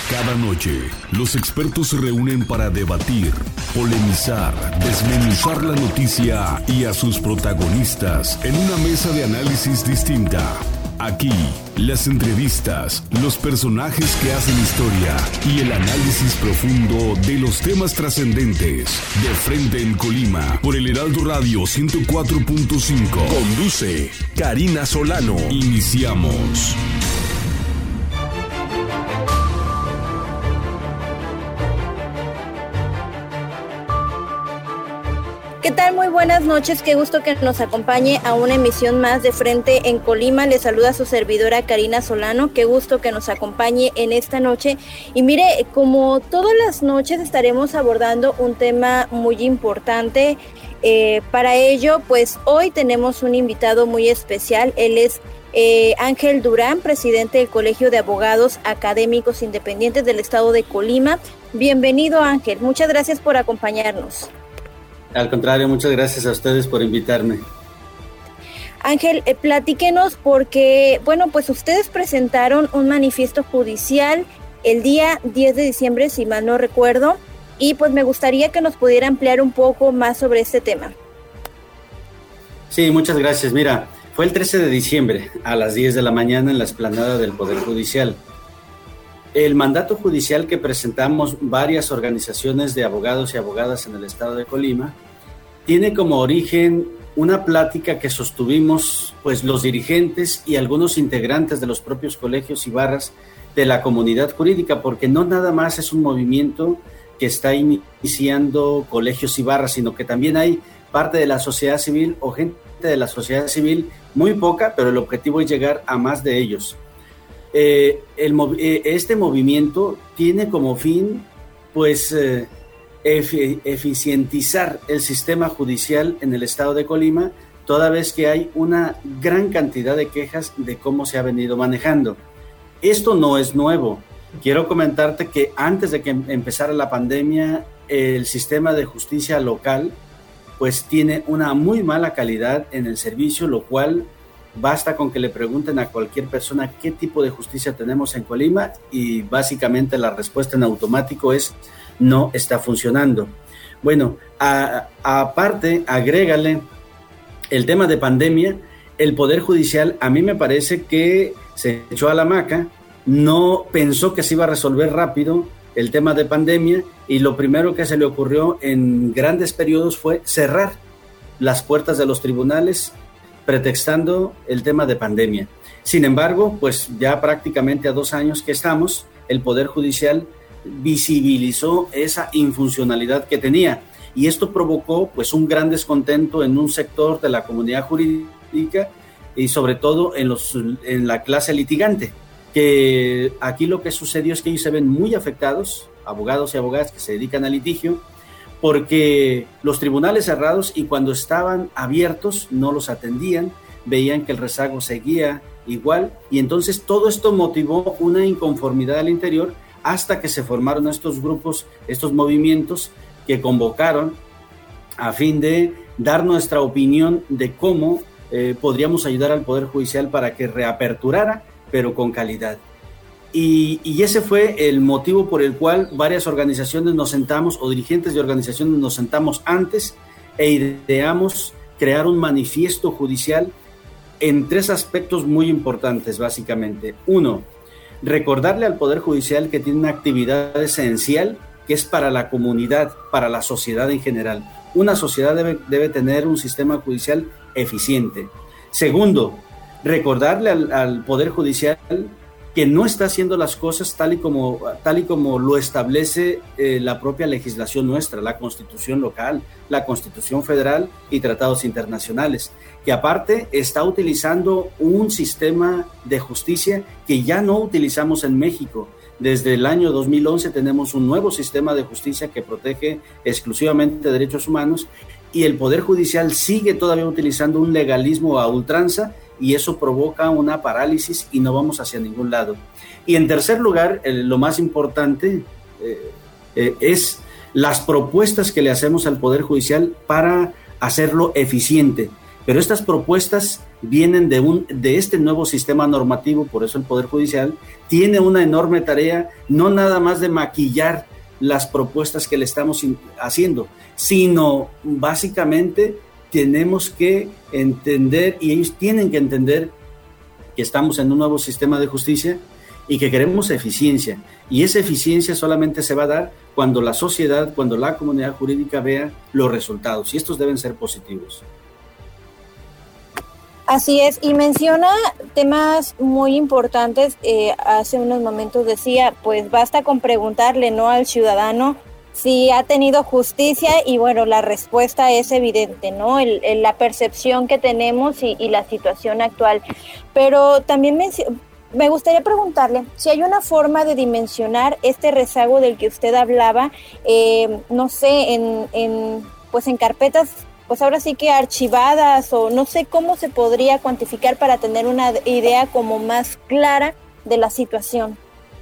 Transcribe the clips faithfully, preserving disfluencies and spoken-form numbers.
Cada noche, los expertos se reúnen para debatir, polemizar, desmenuzar la noticia y a sus protagonistas en una mesa de análisis distinta. Aquí, las entrevistas, los personajes que hacen historia y el análisis profundo de los temas trascendentes. De frente en Colima, por el Heraldo Radio ciento cuatro punto cinco. Conduce Karina Solano. Iniciamos. ¿Qué tal? Muy buenas noches, qué gusto que nos acompañe a una emisión más de Frente en Colima. Le saluda su servidora Karina Solano, qué gusto que nos acompañe en esta noche. Y mire, como todas las noches estaremos abordando un tema muy importante. Eh, para ello, pues hoy tenemos un invitado muy especial. Él es eh, Ángel Durán, presidente del Colegio de Abogados Académicos Independientes del Estado de Colima. Bienvenido, Ángel, muchas gracias por acompañarnos. Al contrario, muchas gracias a ustedes por invitarme. Ángel, eh, platíquenos porque, bueno, pues ustedes presentaron un manifiesto judicial el día diez de diciembre, si mal no recuerdo, y pues me gustaría que nos pudiera ampliar un poco más sobre este tema. Sí, muchas gracias. Mira, fue el trece de diciembre a las diez de la mañana en la explanada del Poder Judicial. El mandato judicial que presentamos varias organizaciones de abogados y abogadas en el estado de Colima tiene como origen una plática que sostuvimos pues los dirigentes y algunos integrantes de los propios colegios y barras de la comunidad jurídica, porque no nada más es un movimiento que está iniciando colegios y barras, sino que también hay parte de la sociedad civil o gente de la sociedad civil, muy poca, pero el objetivo es llegar a más de ellos. Eh, el, eh, este movimiento tiene como fin pues eh, efi- eficientizar el sistema judicial en el estado de Colima, toda vez que hay una gran cantidad de quejas de cómo se ha venido manejando. Esto no es nuevo. Quiero comentarte que antes de que empezara la pandemia, el sistema de justicia local pues tiene una muy mala calidad en el servicio, lo cual basta con que le pregunten a cualquier persona qué tipo de justicia tenemos en Colima y básicamente la respuesta en automático es no está funcionando. Bueno, a, a aparte, agrégale el tema de pandemia, el Poder Judicial a mí me parece que se echó a la hamaca, no pensó que se iba a resolver rápido el tema de pandemia y lo primero que se le ocurrió en grandes periodos fue cerrar las puertas de los tribunales pretextando el tema de pandemia. Sin embargo, pues ya prácticamente a dos años que estamos, el Poder Judicial visibilizó esa infuncionalidad que tenía y esto provocó pues un gran descontento en un sector de la comunidad jurídica y sobre todo en, los, en la clase litigante, que aquí lo que sucedió es que ellos se ven muy afectados, abogados y abogadas que se dedican al litigio, porque los tribunales cerrados y cuando estaban abiertos no los atendían, veían que el rezago seguía igual y entonces todo esto motivó una inconformidad al interior hasta que se formaron estos grupos, estos movimientos que convocaron a fin de dar nuestra opinión de cómo eh, podríamos ayudar al Poder Judicial para que reaperturara, pero con calidad. Y, y ese fue el motivo por el cual varias organizaciones nos sentamos, o dirigentes de organizaciones nos sentamos antes e ideamos crear un manifiesto judicial en tres aspectos muy importantes, básicamente. Uno, recordarle al Poder Judicial que tiene una actividad esencial que es para la comunidad, para la sociedad en general. Una sociedad debe, debe tener un sistema judicial eficiente. Segundo, recordarle al, al Poder Judicial que no está haciendo las cosas tal y como, tal y como lo establece eh, la propia legislación nuestra, la Constitución local, la Constitución federal y tratados internacionales, que aparte está utilizando un sistema de justicia que ya no utilizamos en México. Desde el año dos mil once tenemos un nuevo sistema de justicia que protege exclusivamente derechos humanos y el Poder Judicial sigue todavía utilizando un legalismo a ultranza y eso provoca una parálisis y no vamos hacia ningún lado. Y en tercer lugar, eh, lo más importante eh, eh, es las propuestas que le hacemos al Poder Judicial para hacerlo eficiente. Pero estas propuestas vienen de, un, de este nuevo sistema normativo, por eso el Poder Judicial tiene una enorme tarea, no nada más de maquillar las propuestas que le estamos haciendo, sino básicamente tenemos que entender, y ellos tienen que entender, que estamos en un nuevo sistema de justicia y que queremos eficiencia, y esa eficiencia solamente se va a dar cuando la sociedad, cuando la comunidad jurídica vea los resultados, y estos deben ser positivos. Así es, y menciona temas muy importantes. Eh, hace unos momentos decía, pues basta con preguntarle, ¿no?, al ciudadano si ha tenido justicia, y bueno, la respuesta es evidente, ¿no? El, el, la percepción que tenemos y, y la situación actual. Pero también me, me gustaría preguntarle si hay una forma de dimensionar este rezago del que usted hablaba, eh, no sé, en, en, pues en carpetas, pues ahora sí que archivadas, o no sé cómo se podría cuantificar para tener una idea como más clara de la situación.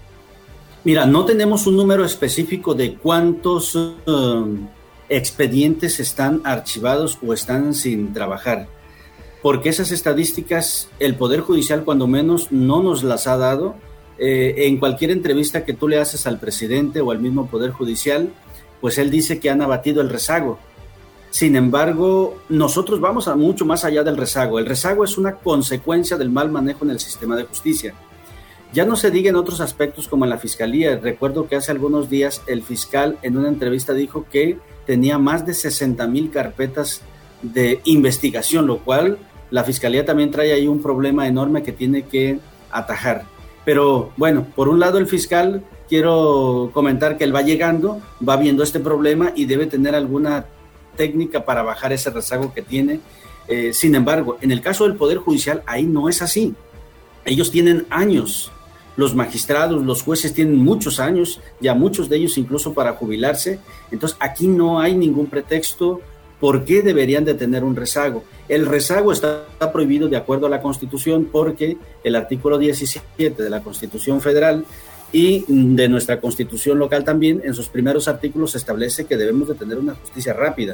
Mira, no tenemos un número específico de cuántos uh, expedientes están archivados o están sin trabajar, porque esas estadísticas el Poder Judicial cuando menos no nos las ha dado. Eh, en cualquier entrevista que tú le haces al presidente o al mismo Poder Judicial, pues él dice que han abatido el rezago. Sin embargo, nosotros vamos a mucho más allá del rezago. El rezago es una consecuencia del mal manejo en el sistema de justicia. Ya no se diga en otros aspectos como en la fiscalía. Recuerdo que hace algunos días el fiscal en una entrevista dijo que tenía más de sesenta mil carpetas de investigación, lo cual la fiscalía también trae ahí un problema enorme que tiene que atajar. Pero bueno, por un lado el fiscal, quiero comentar que él va llegando, va viendo este problema y debe tener alguna técnica para bajar ese rezago que tiene. Eh, sin embargo, en el caso del Poder Judicial, ahí no es así. Ellos tienen años, los magistrados, los jueces tienen muchos años, ya muchos de ellos incluso para jubilarse. Entonces, aquí no hay ningún pretexto. ¿Por qué deberían de tener un rezago? El rezago está prohibido de acuerdo a la Constitución, porque el artículo diecisiete de la Constitución Federal y de nuestra Constitución local también, en sus primeros artículos establece que debemos de tener una justicia rápida.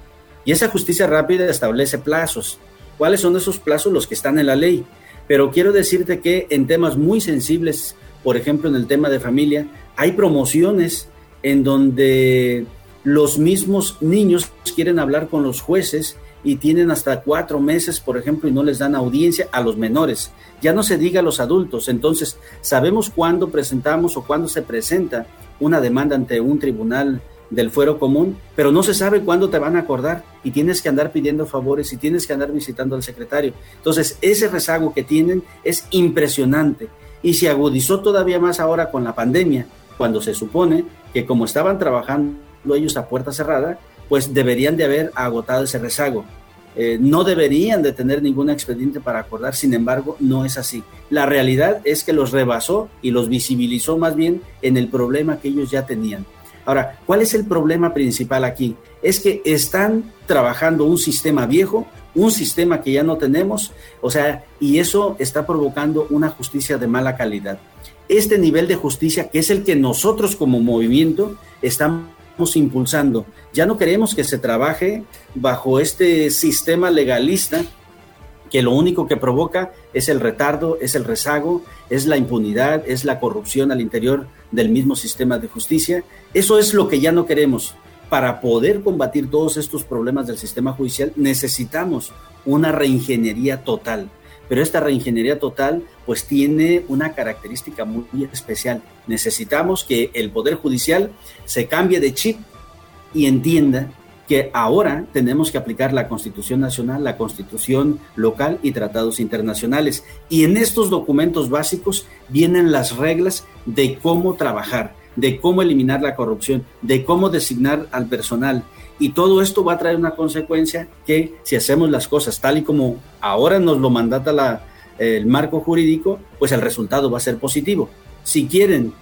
Y esa justicia rápida establece plazos. ¿Cuáles son esos plazos? Los que están en la ley. Pero quiero decirte que en temas muy sensibles, por ejemplo en el tema de familia, hay promociones en donde los mismos niños quieren hablar con los jueces y tienen hasta cuatro meses, por ejemplo, y no les dan audiencia a los menores. Ya no se diga a los adultos. Entonces, sabemos cuándo presentamos o cuándo se presenta una demanda ante un tribunal del fuero común, pero no se sabe cuándo te van a acordar y tienes que andar pidiendo favores y tienes que andar visitando al secretario. Entonces, ese rezago que tienen es impresionante y se agudizó todavía más ahora con la pandemia, cuando se supone que como estaban trabajando ellos a puerta cerrada, pues deberían de haber agotado ese rezago. Eh, no deberían de tener ningún expediente para acordar, sin embargo, no es así. La realidad es que los rebasó y los visibilizó más bien en el problema que ellos ya tenían. Ahora, ¿cuál es el problema principal aquí? Es que están trabajando un sistema viejo, un sistema que ya no tenemos, o sea, y eso está provocando una justicia de mala calidad. Este nivel de justicia, que es el que nosotros como movimiento estamos impulsando. Ya no queremos que se trabaje bajo este sistema legalista que lo único que provoca es el retardo, es el rezago, es la impunidad, es la corrupción al interior del mismo sistema de justicia. Eso es lo que ya no queremos. Para poder combatir todos estos problemas del sistema judicial necesitamos una reingeniería total. Pero esta reingeniería total pues tiene una característica muy especial. Necesitamos que el Poder Judicial se cambie de chip y entienda que ahora tenemos que aplicar la Constitución Nacional, la Constitución local y tratados internacionales. Y en estos documentos básicos vienen las reglas de cómo trabajar, de cómo eliminar la corrupción, de cómo designar al personal. Y todo esto va a traer una consecuencia que si hacemos las cosas tal y como ahora nos lo mandata la, el marco jurídico, pues el resultado va a ser positivo. Si quieren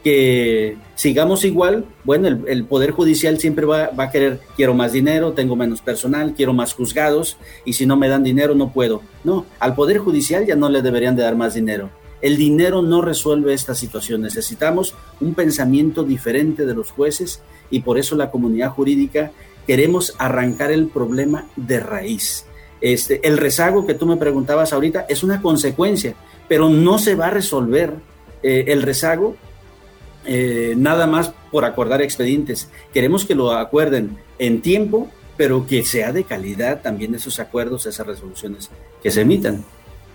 que sigamos igual, bueno, el, el Poder Judicial siempre va, va a querer, quiero más dinero, tengo menos personal, quiero más juzgados, y si no me dan dinero no puedo. No, al Poder Judicial ya no le deberían de dar más dinero. El dinero no resuelve esta situación. Necesitamos un pensamiento diferente de los jueces y por eso la comunidad jurídica queremos arrancar el problema de raíz. Este, el rezago que tú me preguntabas ahorita es una consecuencia, pero no se va a resolver eh, el rezago eh, nada más por acordar expedientes. Queremos que lo acuerden en tiempo, pero que sea de calidad también esos acuerdos, esas resoluciones que se emitan.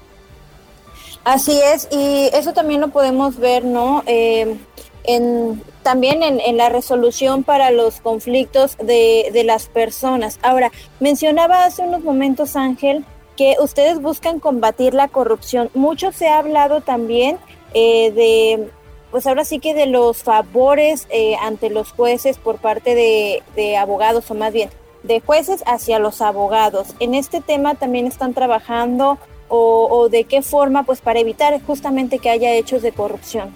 Así es, y eso también lo podemos ver, ¿no? Eh, en, también en, en la resolución para los conflictos de, de las personas. Ahora, mencionaba hace unos momentos, Ángel, que ustedes buscan combatir la corrupción. Mucho se ha hablado también eh, de, pues ahora sí que de los favores eh, ante los jueces por parte de, de abogados, o más bien, de jueces hacia los abogados. En este tema también están trabajando, o, o de qué forma, pues para evitar justamente que haya hechos de corrupción.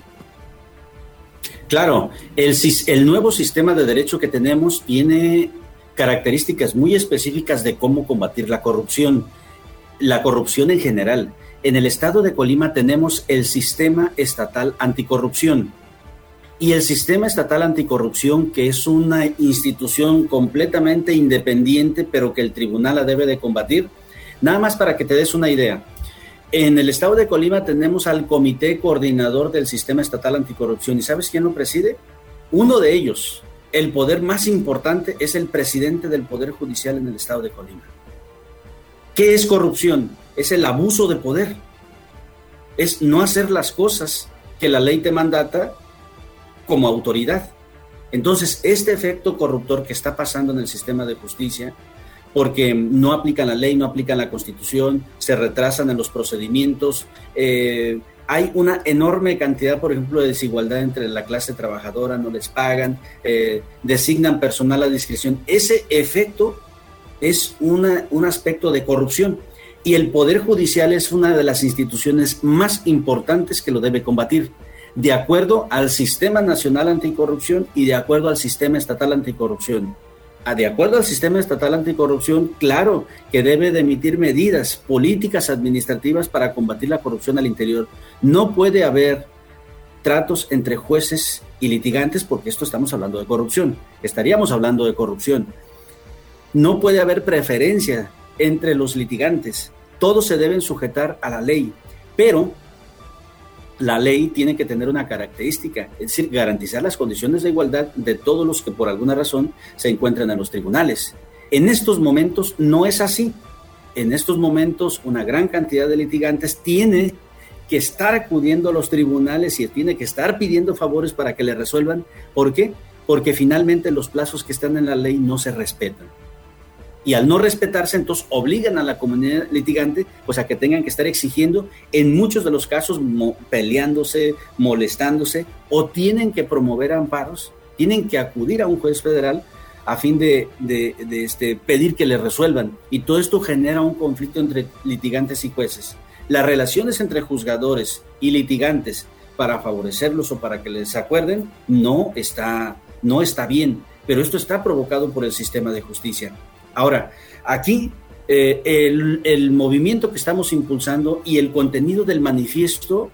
Claro, el, el nuevo sistema de derecho que tenemos tiene características muy específicas de cómo combatir la corrupción, la corrupción en general. En el estado de Colima tenemos el sistema estatal anticorrupción. Y el sistema estatal anticorrupción, que es una institución completamente independiente, pero que el tribunal la debe de combatir. Nada más para que te des una idea. En el estado de Colima tenemos al Comité Coordinador del Sistema Estatal Anticorrupción. ¿Y sabes quién lo preside? Uno de ellos, el poder más importante, es el presidente del Poder Judicial en el estado de Colima. ¿Qué es corrupción? Es el abuso de poder. Es no hacer las cosas que la ley te mandata como autoridad. Entonces, este efecto corruptor que está pasando en el sistema de justicia, porque no aplican la ley, no aplican la Constitución, se retrasan en los procedimientos, eh, hay una enorme cantidad, por ejemplo, de desigualdad entre la clase trabajadora, no les pagan, eh, designan personal a discreción. Ese efecto es una, un aspecto de corrupción, y el Poder Judicial es una de las instituciones más importantes que lo debe combatir, de acuerdo al Sistema Nacional Anticorrupción y de acuerdo al Sistema Estatal Anticorrupción. De acuerdo al Sistema Estatal Anticorrupción, claro que debe de emitir medidas políticas administrativas para combatir la corrupción al interior. No puede haber tratos entre jueces y litigantes, porque esto estamos hablando de corrupción, estaríamos hablando de corrupción. No puede haber preferencia entre los litigantes, todos se deben sujetar a la ley, pero la ley tiene que tener una característica, es decir, garantizar las condiciones de igualdad de todos los que por alguna razón se encuentran en los tribunales. En estos momentos no es así. En estos momentos una gran cantidad de litigantes tiene que estar acudiendo a los tribunales y tiene que estar pidiendo favores para que le resuelvan. ¿Por qué? Porque finalmente los plazos que están en la ley no se respetan. Y al no respetarse, entonces obligan a la comunidad litigante pues a que tengan que estar exigiendo, en muchos de los casos mo- peleándose, molestándose, o tienen que promover amparos, tienen que acudir a un juez federal a fin de, de, de este, pedir que les resuelvan. Y todo esto genera un conflicto entre litigantes y jueces. Las relaciones entre juzgadores y litigantes para favorecerlos o para que les acuerden no está, no está bien, pero esto está provocado por el sistema de justicia. Ahora, aquí eh, el, el movimiento que estamos impulsando y el contenido del manifiesto,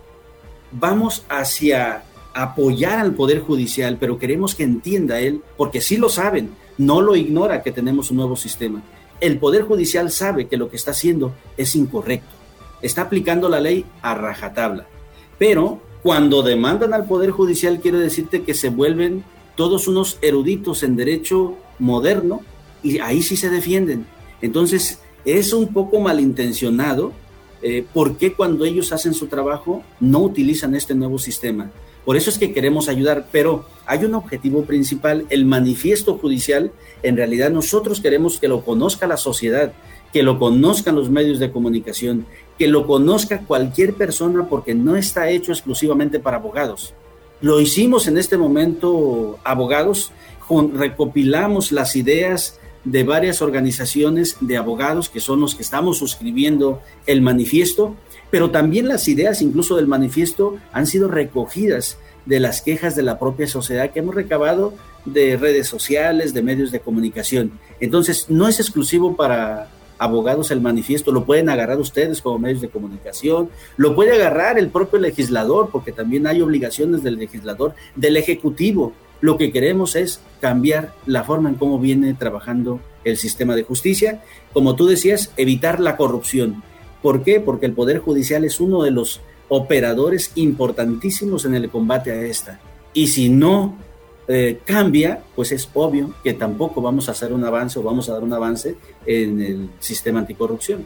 vamos hacia apoyar al Poder Judicial, pero queremos que entienda él, porque sí lo saben, no lo ignora que tenemos un nuevo sistema. El Poder Judicial sabe que lo que está haciendo es incorrecto, está aplicando la ley a rajatabla, pero cuando demandan al Poder Judicial, quiero decirte que se vuelven todos unos eruditos en derecho moderno, y ahí sí se defienden. Entonces, es un poco malintencionado eh, por qué cuando ellos hacen su trabajo no utilizan este nuevo sistema. Por eso es que queremos ayudar, pero hay un objetivo principal, el manifiesto judicial. En realidad nosotros queremos que lo conozca la sociedad, que lo conozcan los medios de comunicación, que lo conozca cualquier persona, porque no está hecho exclusivamente para abogados. Lo hicimos en este momento abogados, recopilamos las ideas de varias organizaciones de abogados que son los que estamos suscribiendo el manifiesto, pero también las ideas incluso del manifiesto han sido recogidas de las quejas de la propia sociedad que hemos recabado de redes sociales, de medios de comunicación. Entonces, no es exclusivo para abogados el manifiesto, lo pueden agarrar ustedes como medios de comunicación, lo puede agarrar el propio legislador, porque también hay obligaciones del legislador, del ejecutivo. Lo que queremos es cambiar la forma en cómo viene trabajando el sistema de justicia. Como tú decías, evitar la corrupción. ¿Por qué? Porque el Poder Judicial es uno de los operadores importantísimos en el combate a esta. Y si no eh, cambia, pues es obvio que tampoco vamos a hacer un avance o vamos a dar un avance en el sistema anticorrupción.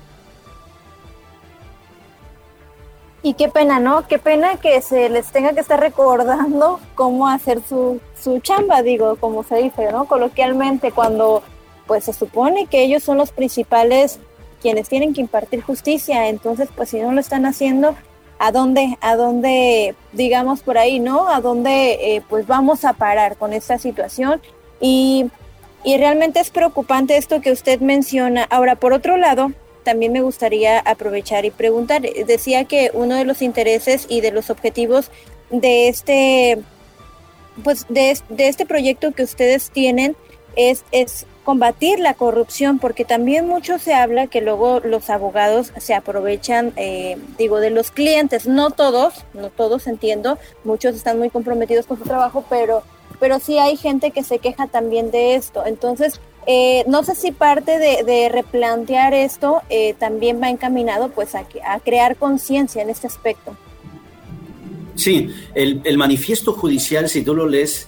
Y qué pena, ¿no? Qué pena que se les tenga que estar recordando cómo hacer su, su chamba, digo, como se dice, ¿no? Coloquialmente, cuando pues se supone que ellos son los principales quienes tienen que impartir justicia. Entonces, pues si no lo están haciendo, ¿a dónde, a dónde, digamos por ahí, ¿no? ¿A dónde eh, pues vamos a parar con esta situación? Y, y realmente es preocupante esto que usted menciona. Ahora, por otro lado, también me gustaría aprovechar y preguntar. Decía que uno de los intereses y de los objetivos de este, pues de, de este proyecto que ustedes tienen es, es combatir la corrupción, porque también mucho se habla que luego los abogados se aprovechan, eh, digo, de los clientes. No todos, no todos, entiendo, muchos están muy comprometidos con su trabajo, pero, pero sí hay gente que se queja también de esto. Entonces, eh, no sé si parte de, de replantear esto eh, también va encaminado pues a, a crear conciencia en este aspecto. Sí, el, el manifiesto judicial, si tú lo lees,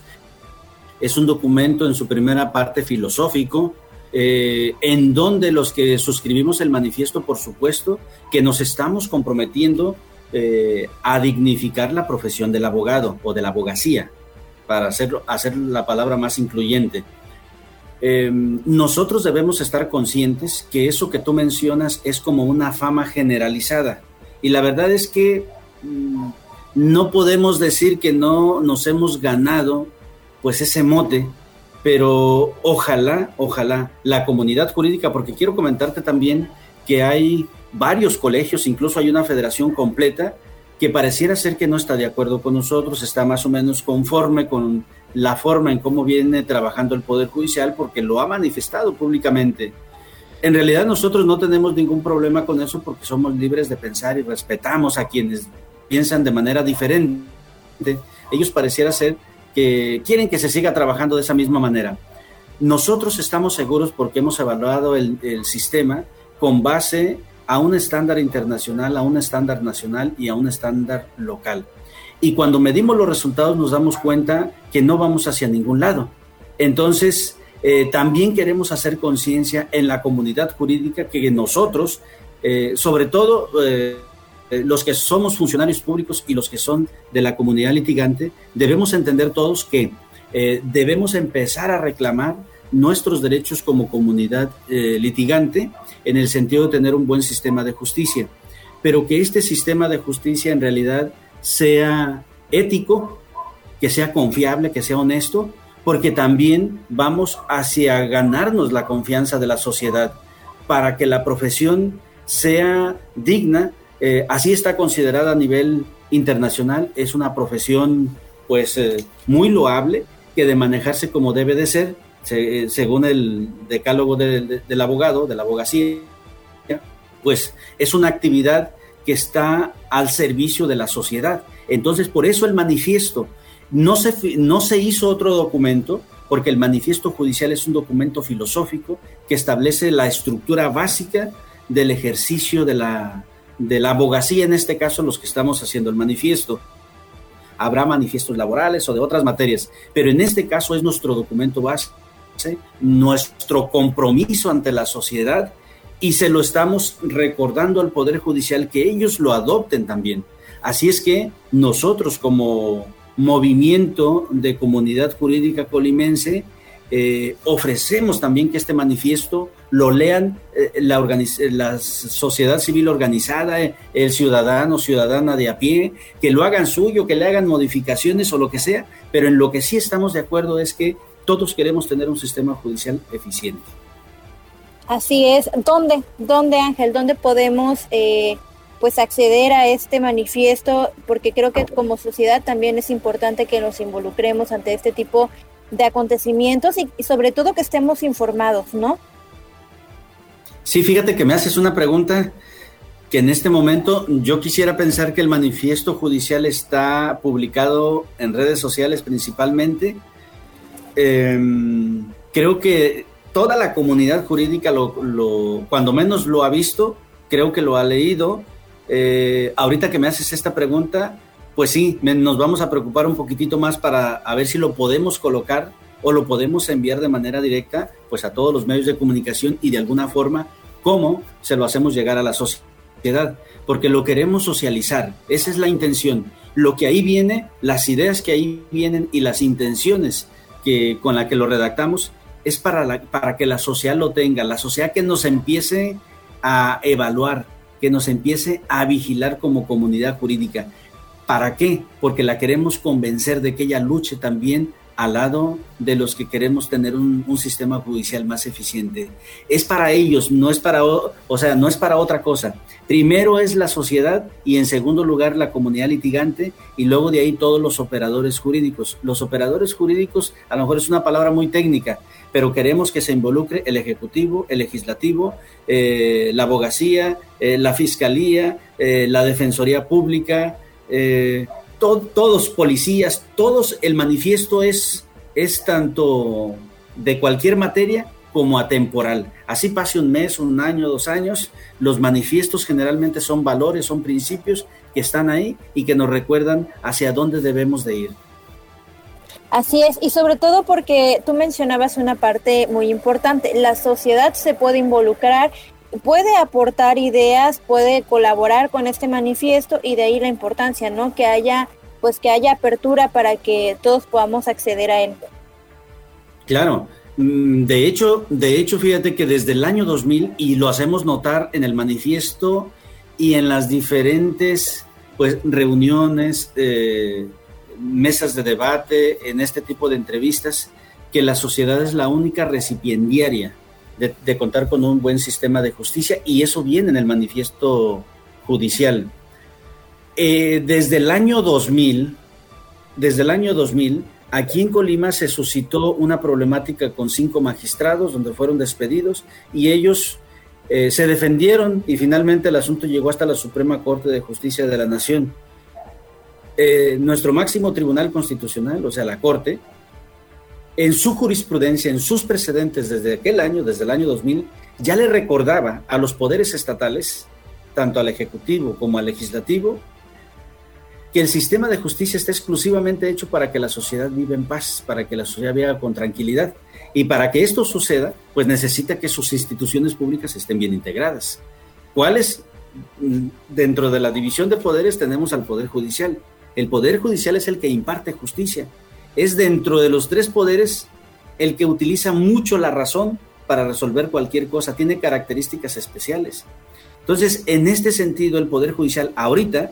es un documento en su primera parte filosófico, eh, en donde los que suscribimos el manifiesto, por supuesto, que nos estamos comprometiendo eh, a dignificar la profesión del abogado o de la abogacía, para hacerlo, hacer la palabra más incluyente. Eh, nosotros debemos estar conscientes que eso que tú mencionas es como una fama generalizada, y la verdad es que mmm, no podemos decir que no nos hemos ganado pues ese mote, pero ojalá, ojalá la comunidad jurídica, porque quiero comentarte también que hay varios colegios, incluso hay una federación completa que pareciera ser que no está de acuerdo con nosotros, está más o menos conforme con la forma en cómo viene trabajando el Poder Judicial, porque lo ha manifestado públicamente. En realidad nosotros no tenemos ningún problema con eso, porque somos libres de pensar y respetamos a quienes piensan de manera diferente. Ellos pareciera ser que quieren que se siga trabajando de esa misma manera. Nosotros estamos seguros porque hemos evaluado el, el sistema con base a un estándar internacional, a un estándar nacional y a un estándar local. Y cuando medimos los resultados nos damos cuenta que no vamos hacia ningún lado. Entonces, eh, también queremos hacer conciencia en la comunidad jurídica que nosotros, eh, sobre todo eh, los que somos funcionarios públicos y los que son de la comunidad litigante, debemos entender todos que eh, debemos empezar a reclamar nuestros derechos como comunidad eh, litigante, en el sentido de tener un buen sistema de justicia, pero que este sistema de justicia en realidad sea ético, que sea confiable, que sea honesto, porque también vamos hacia ganarnos la confianza de la sociedad para que la profesión sea digna. Eh, así está considerada a nivel internacional, es una profesión pues eh, muy loable, que de manejarse como debe de ser, se, eh, según el decálogo de, de, del abogado, de la abogacía, pues es una actividad que está al servicio de la sociedad. Entonces, por eso el manifiesto, no se, no se hizo otro documento, porque el manifiesto judicial es un documento filosófico que establece la estructura básica del ejercicio de la de la abogacía, en este caso los que estamos haciendo el manifiesto. Habrá manifiestos laborales o de otras materias, pero en este caso es nuestro documento base, nuestro compromiso ante la sociedad, y se lo estamos recordando al Poder Judicial que ellos lo adopten también. Así es que nosotros como movimiento de comunidad jurídica colimense eh, ofrecemos también que este manifiesto lo lean eh, la, organiz- la sociedad civil organizada, eh, el ciudadano, ciudadana de a pie, que lo hagan suyo, que le hagan modificaciones o lo que sea, pero en lo que sí estamos de acuerdo es que todos queremos tener un sistema judicial eficiente. Así es. ¿Dónde, dónde Ángel, dónde podemos eh, pues acceder a este manifiesto? Porque creo que como sociedad también es importante que nos involucremos ante este tipo de acontecimientos y, y sobre todo que estemos informados, ¿no? Sí, fíjate que me haces una pregunta que en este momento yo quisiera pensar que el manifiesto judicial está publicado en redes sociales principalmente, eh, creo que toda la comunidad jurídica, lo, lo, cuando menos lo ha visto, creo que lo ha leído. Eh, ahorita que me haces esta pregunta, pues sí, me, nos vamos a preocupar un poquitito más para a ver si lo podemos colocar o lo podemos enviar de manera directa pues a todos los medios de comunicación y de alguna forma, ¿cómo se lo hacemos llegar a la sociedad? Porque lo queremos socializar, esa es la intención. Lo que ahí viene, las ideas que ahí vienen y las intenciones que, con las que lo redactamos, es para, la, para que la sociedad lo tenga, la sociedad que nos empiece a evaluar, que nos empiece a vigilar como comunidad jurídica. ¿Para qué? Porque la queremos convencer de que ella luche también al lado de los que queremos tener un, un sistema judicial más eficiente. Es para ellos, no es para, o sea, no es para otra cosa. Primero es la sociedad y en segundo lugar la comunidad litigante y luego de ahí todos los operadores jurídicos. Los operadores jurídicos a lo mejor es una palabra muy técnica, pero queremos que se involucre el Ejecutivo, el Legislativo, eh, la Abogacía, eh, la Fiscalía, eh, la Defensoría Pública, eh, to- todos policías, todos. El manifiesto es, es tanto de cualquier materia como atemporal. Así pase un mes, un año, dos años, los manifiestos generalmente son valores, son principios que están ahí y que nos recuerdan hacia dónde debemos de ir. Así es, y sobre todo porque tú mencionabas una parte muy importante, la sociedad se puede involucrar, puede aportar ideas, puede colaborar con este manifiesto y de ahí la importancia, ¿no? Que haya, pues que haya apertura para que todos podamos acceder a él. Claro, de hecho, de hecho, fíjate que desde el año dos mil, y lo hacemos notar en el manifiesto y en las diferentes pues reuniones, eh, mesas de debate, en este tipo de entrevistas, que la sociedad es la única recipiendaria de, de contar con un buen sistema de justicia, y eso viene en el manifiesto judicial. Eh, desde el año dos mil, desde el año dos mil, aquí en Colima se suscitó una problemática con cinco magistrados donde fueron despedidos y ellos eh, se defendieron y finalmente el asunto llegó hasta la Suprema Corte de Justicia de la Nación. Eh, nuestro máximo tribunal constitucional, o sea, la Corte, en su jurisprudencia, en sus precedentes desde aquel año, desde el año dos mil, ya le recordaba a los poderes estatales, tanto al Ejecutivo como al Legislativo, que el sistema de justicia está exclusivamente hecho para que la sociedad viva en paz, para que la sociedad viva con tranquilidad. Y para que esto suceda, pues necesita que sus instituciones públicas estén bien integradas. ¿Cuáles? Dentro de la división de poderes tenemos al Poder Judicial. El Poder Judicial es el que imparte justicia. Es dentro de los tres poderes el que utiliza mucho la razón para resolver cualquier cosa. Tiene características especiales. Entonces, en este sentido, el Poder Judicial ahorita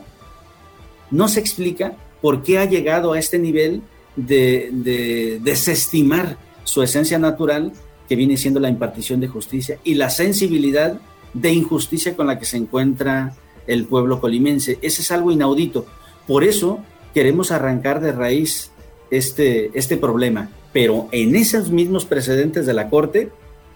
no se explica por qué ha llegado a este nivel de, de desestimar su esencia natural, que viene siendo la impartición de justicia, y la sensibilidad de injusticia con la que se encuentra el pueblo colimense. Ese es algo inaudito. Por eso queremos arrancar de raíz este, este problema. Pero en esos mismos precedentes de la Corte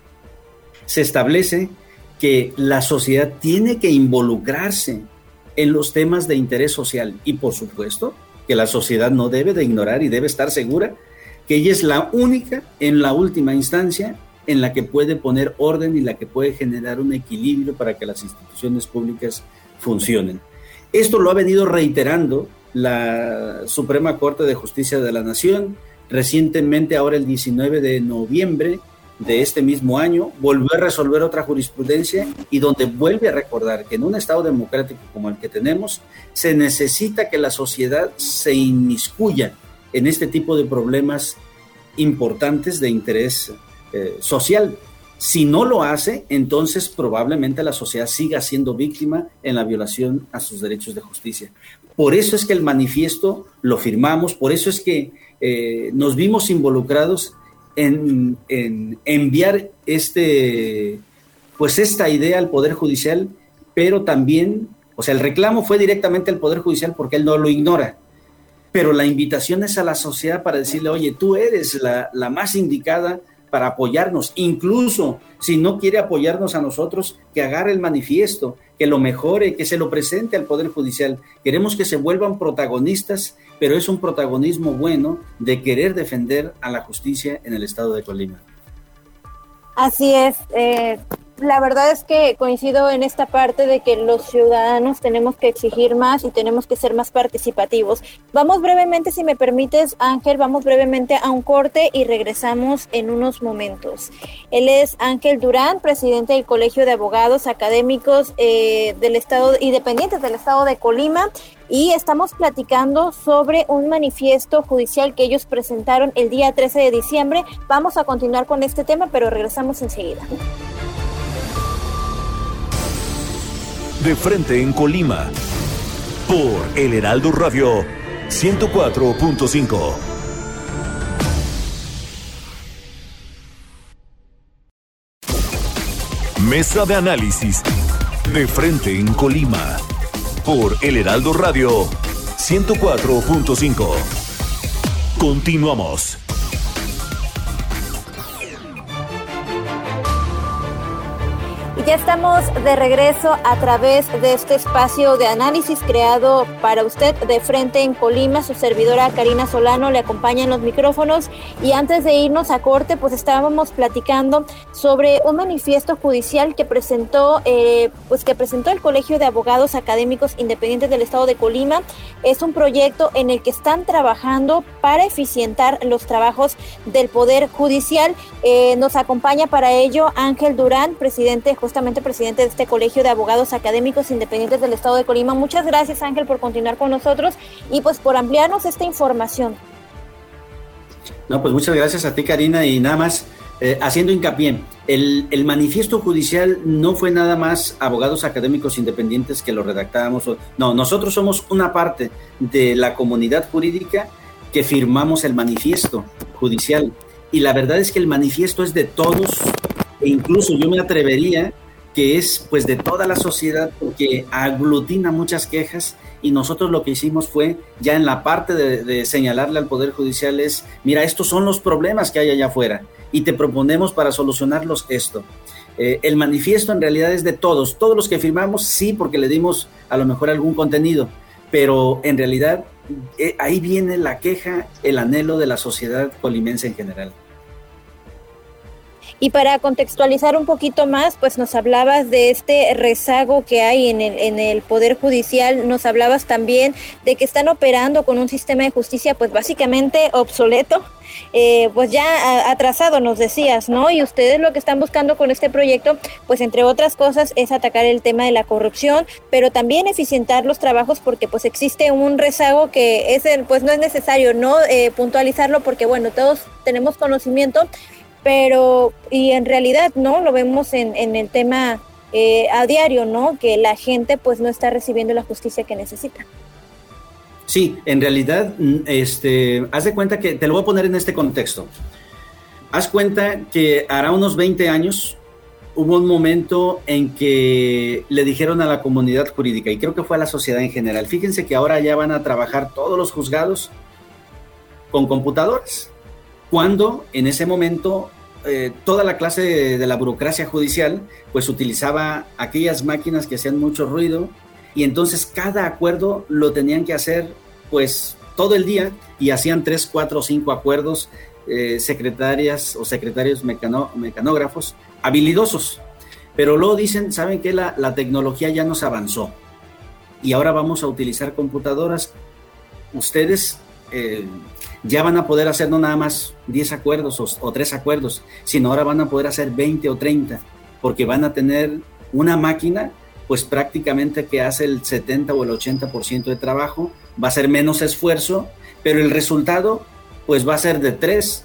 se establece que la sociedad tiene que involucrarse en los temas de interés social y, por supuesto, que la sociedad no debe de ignorar y debe estar segura que ella es la única, en la última instancia, en la que puede poner orden y la que puede generar un equilibrio para que las instituciones públicas funcionen. Esto lo ha venido reiterando la Suprema Corte de Justicia de la Nación. Recientemente, ahora el diecinueve de noviembre de este mismo año, volvió a resolver otra jurisprudencia y donde vuelve a recordar que en un Estado democrático como el que tenemos, se necesita que la sociedad se inmiscuya en este tipo de problemas importantes de interés eh, social. Si no lo hace, entonces probablemente la sociedad siga siendo víctima en la violación a sus derechos de justicia. Por eso es que el manifiesto lo firmamos, por eso es que eh, nos vimos involucrados En, en enviar este, pues esta idea al Poder Judicial, pero también, o sea, el reclamo fue directamente al Poder Judicial porque él no lo ignora, pero la invitación es a la sociedad para decirle, oye, tú eres la, la más indicada para apoyarnos, incluso si no quiere apoyarnos a nosotros, que agarre el manifiesto, que lo mejore, que se lo presente al Poder Judicial. Queremos que se vuelvan protagonistas pero es un protagonismo bueno de querer defender a la justicia en el estado de Colima. Así es, eh, la verdad es que coincido en esta parte de que los ciudadanos tenemos que exigir más y tenemos que ser más participativos. Vamos brevemente, si me permites, Ángel, vamos brevemente a un corte y regresamos en unos momentos. Él es Ángel Durán, presidente del Colegio de Abogados Académicos eh, del Estado y dependientes del Estado de Colima, y estamos platicando sobre un manifiesto judicial que ellos presentaron el día trece de diciembre. Vamos a continuar con este tema, pero regresamos enseguida. De frente en Colima, por El Heraldo Radio ciento cuatro punto cinco. Mesa de análisis. De frente en Colima, por El Heraldo Radio ciento cuatro punto cinco. Continuamos. Ya estamos de regreso a través de este espacio de análisis creado para usted de frente en Colima. Su servidora Karina Solano le acompaña en los micrófonos, y antes de irnos a corte, pues estábamos platicando sobre un manifiesto judicial que presentó, eh, pues que presentó el Colegio de Abogados Académicos Independientes del Estado de Colima. Es un proyecto en el que están trabajando para eficientar los trabajos del Poder Judicial. Eh, nos acompaña para ello Ángel Durán, presidente justamente presidente de este Colegio de Abogados Académicos Independientes del Estado de Colima. Muchas gracias, Ángel, por continuar con nosotros y pues por ampliarnos esta información. No, pues muchas gracias a ti, Karina, y nada más eh, haciendo hincapié, el, el manifiesto judicial no fue nada más Abogados Académicos Independientes que lo redactábamos, no, nosotros somos una parte de la comunidad jurídica que firmamos el manifiesto judicial, y la verdad es que el manifiesto es de todos, e incluso yo me atrevería que es pues de toda la sociedad, porque aglutina muchas quejas, y nosotros lo que hicimos fue, ya en la parte de, de señalarle al Poder Judicial es, mira, estos son los problemas que hay allá afuera, y te proponemos para solucionarlos esto. Eh, el manifiesto en realidad es de todos, todos los que firmamos, sí, porque le dimos a lo mejor algún contenido, pero en realidad eh, ahí viene la queja, el anhelo de la sociedad colimense en general. Y para contextualizar un poquito más, pues nos hablabas de este rezago que hay en el, en el Poder Judicial, nos hablabas también de que están operando con un sistema de justicia pues básicamente obsoleto, eh, pues ya atrasado, nos decías, ¿no? Y ustedes lo que están buscando con este proyecto, pues entre otras cosas, es atacar el tema de la corrupción, pero también eficientar los trabajos, porque pues existe un rezago que es el, pues no es necesario, ¿no? Eh, puntualizarlo, porque bueno, todos tenemos conocimiento, pero y en realidad no lo vemos en, en el tema eh, a diario, ¿no? Que la gente pues no está recibiendo la justicia que necesita. Sí, en realidad, este, haz de cuenta que, te lo voy a poner en este contexto. Haz cuenta que hará unos veinte años hubo un momento en que le dijeron a la comunidad jurídica, y creo que fue a la sociedad en general, fíjense que ahora ya van a trabajar todos los juzgados con computadores, cuando en ese momento eh, toda la clase de, de la burocracia judicial pues utilizaba aquellas máquinas que hacían mucho ruido, y entonces cada acuerdo lo tenían que hacer pues todo el día, y hacían tres, cuatro o cinco acuerdos, eh, secretarias o secretarios mecano, mecanógrafos habilidosos, pero luego dicen, ¿saben qué? La, la tecnología ya nos avanzó y ahora vamos a utilizar computadoras. Ustedes eh, ya van a poder hacer no nada más diez acuerdos o, o tres acuerdos, sino ahora van a poder hacer veinte o treinta, porque van a tener una máquina pues prácticamente que hace el setenta o el ochenta por ciento de trabajo, va a ser menos esfuerzo, pero el resultado pues va a ser de tres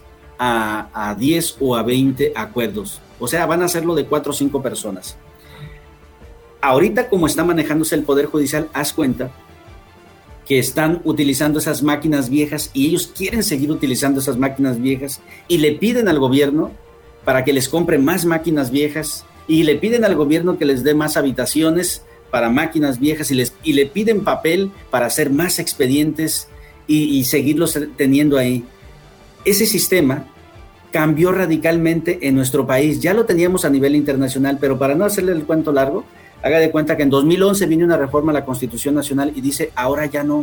a diez o a veinte acuerdos, o sea, van a hacerlo de cuatro o cinco personas. Ahorita, como está manejándose el Poder Judicial, haz cuenta que están utilizando esas máquinas viejas, y ellos quieren seguir utilizando esas máquinas viejas, y le piden al gobierno para que les compre más máquinas viejas, y le piden al gobierno que les dé más habitaciones para máquinas viejas, y, les, y le piden papel para hacer más expedientes y, y seguirlos teniendo ahí. Ese sistema cambió radicalmente en nuestro país. Ya lo teníamos a nivel internacional, pero para no hacerle el cuento largo, haga de cuenta que en dos mil once vino una reforma a la Constitución Nacional y dice, ahora ya no,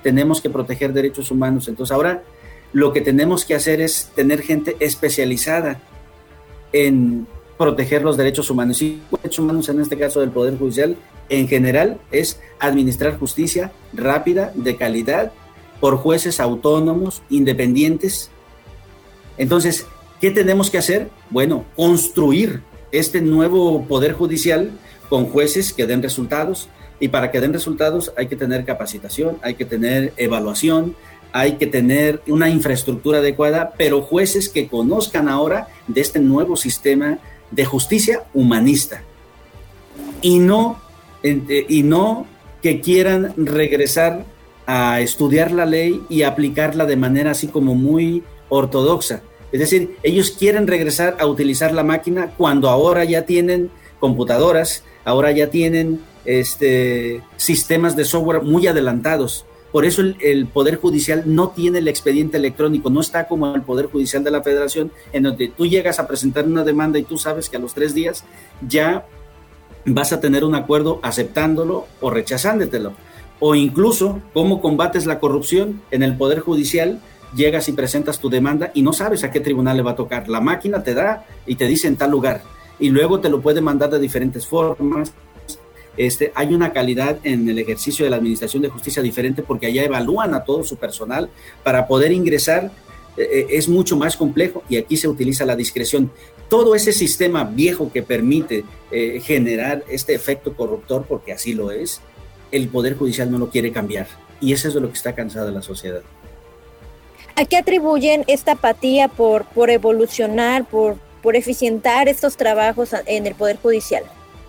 tenemos que proteger derechos humanos. Entonces ahora lo que tenemos que hacer es tener gente especializada en proteger los derechos humanos. Y los derechos humanos, en este caso del Poder Judicial, en general, es administrar justicia rápida, de calidad, por jueces autónomos, independientes. Entonces, ¿qué tenemos que hacer? Bueno, construir este nuevo Poder Judicial con jueces que den resultados, y para que den resultados hay que tener capacitación, hay que tener evaluación, hay que tener una infraestructura adecuada, pero jueces que conozcan ahora de este nuevo sistema de justicia humanista, y no, y no que quieran regresar a estudiar la ley y aplicarla de manera así como muy ortodoxa. Es decir, ellos quieren regresar a utilizar la máquina cuando ahora ya tienen computadoras, ahora ya tienen este, sistemas de software muy adelantados. Por eso el, el Poder Judicial no tiene el expediente electrónico, no está como el Poder Judicial de la Federación, en donde tú llegas a presentar una demanda y tú sabes que a los tres días ya vas a tener un acuerdo aceptándolo o rechazándotelo. O incluso, cómo combates la corrupción en el Poder Judicial. Llegas y presentas tu demanda y no sabes a qué tribunal le va a tocar. La máquina te da y te dice en tal lugar, y luego te lo puede mandar de diferentes formas. Este, hay una calidad en el ejercicio de la administración de justicia diferente, porque allá evalúan a todo su personal para poder ingresar. Eh, es mucho más complejo, y aquí se utiliza la discreción. Todo ese sistema viejo que permite eh, generar este efecto corruptor, porque así lo es, el Poder Judicial no lo quiere cambiar, y eso es de lo que está cansada la sociedad. ¿A qué atribuyen esta apatía por, por evolucionar, por, por eficientar estos trabajos en el Poder Judicial?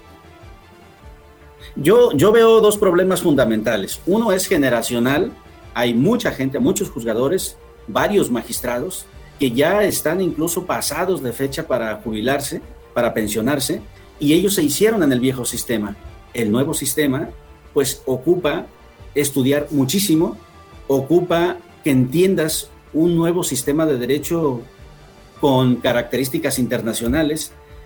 Yo, yo veo dos problemas fundamentales. Uno es generacional. Hay mucha gente, muchos juzgadores, varios magistrados, que ya están incluso pasados de fecha para jubilarse, para pensionarse, y ellos se hicieron en el viejo sistema. El nuevo sistema, pues, ocupa estudiar muchísimo, ocupa que entiendas un nuevo sistema de derecho con características internacionales,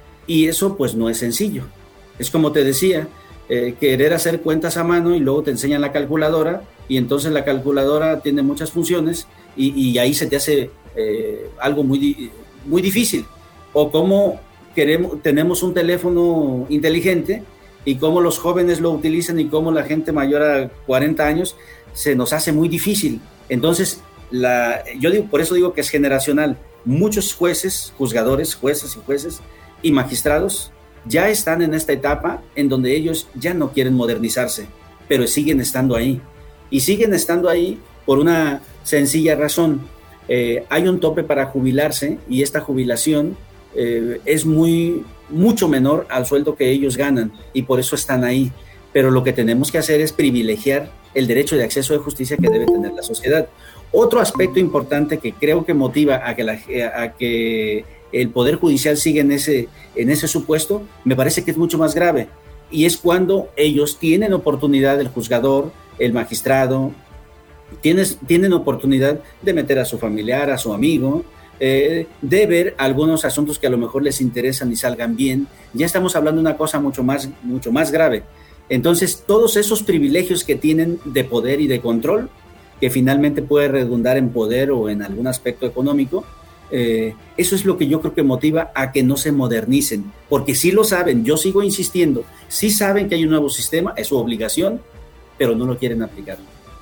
y eso pues no es sencillo. Es como te decía, eh, querer hacer cuentas a mano y luego te enseñan la calculadora, y entonces la calculadora tiene muchas funciones y, y ahí se te hace eh, algo muy, muy difícil. O cómo queremos, tenemos un teléfono inteligente y cómo los jóvenes lo utilizan y cómo la gente mayor a cuarenta años se nos hace muy difícil. Entonces, la, yo digo, por eso digo que es generacional. Muchos jueces, juzgadores, jueces y jueces y magistrados ya están en esta etapa en donde ellos ya no quieren modernizarse, pero siguen estando ahí. Y siguen estando ahí por una sencilla razón. Eh, hay un tope para jubilarse, y esta jubilación eh, es muy, mucho menor al sueldo que ellos ganan, y por eso están ahí. Pero lo que tenemos que hacer es privilegiar el derecho de acceso de justicia que debe tener la sociedad. Otro aspecto importante que creo que motiva a que, la, a que el Poder Judicial siga en ese, en ese supuesto, me parece que es mucho más grave, y es cuando ellos tienen oportunidad, el juzgador, el magistrado, tienes, tienen oportunidad de meter a su familiar, a su amigo, eh, de ver algunos asuntos que a lo mejor les interesan y salgan bien. Ya estamos hablando de una cosa mucho más, mucho más grave. Entonces, todos esos privilegios que tienen de poder y de control, que finalmente puede redundar en poder o en algún aspecto económico, eh, eso es lo que yo creo que motiva a que no se modernicen, porque sí lo saben, yo sigo insistiendo, sí saben que hay un nuevo sistema, es su obligación, pero no lo quieren aplicar.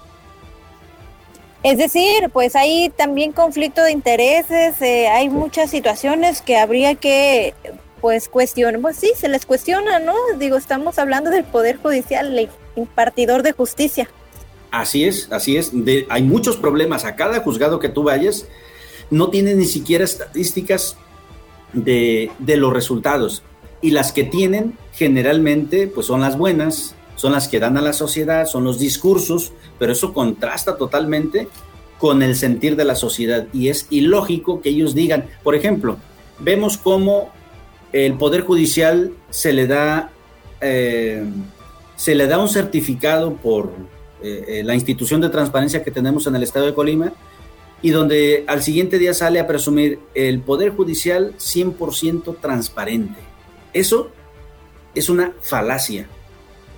Es decir, pues hay también conflicto de intereses, eh, hay muchas situaciones que habría que pues cuestionar, pues sí, se les cuestiona, ¿no? Digo, estamos hablando del Poder Judicial, el impartidor de justicia. Así es, así es, de, hay muchos problemas. A cada juzgado que tú vayas, no tienen ni siquiera estadísticas de, de los resultados, y las que tienen generalmente pues son las buenas, son las que dan a la sociedad, son los discursos, pero eso contrasta totalmente con el sentir de la sociedad, y es ilógico que ellos digan. Por ejemplo, vemos cómo el Poder Judicial se le da, eh, se le da un certificado por eh, la institución de transparencia que tenemos en el estado de Colima, y donde al siguiente día sale a presumir el Poder Judicial cien por ciento transparente. Eso es una falacia.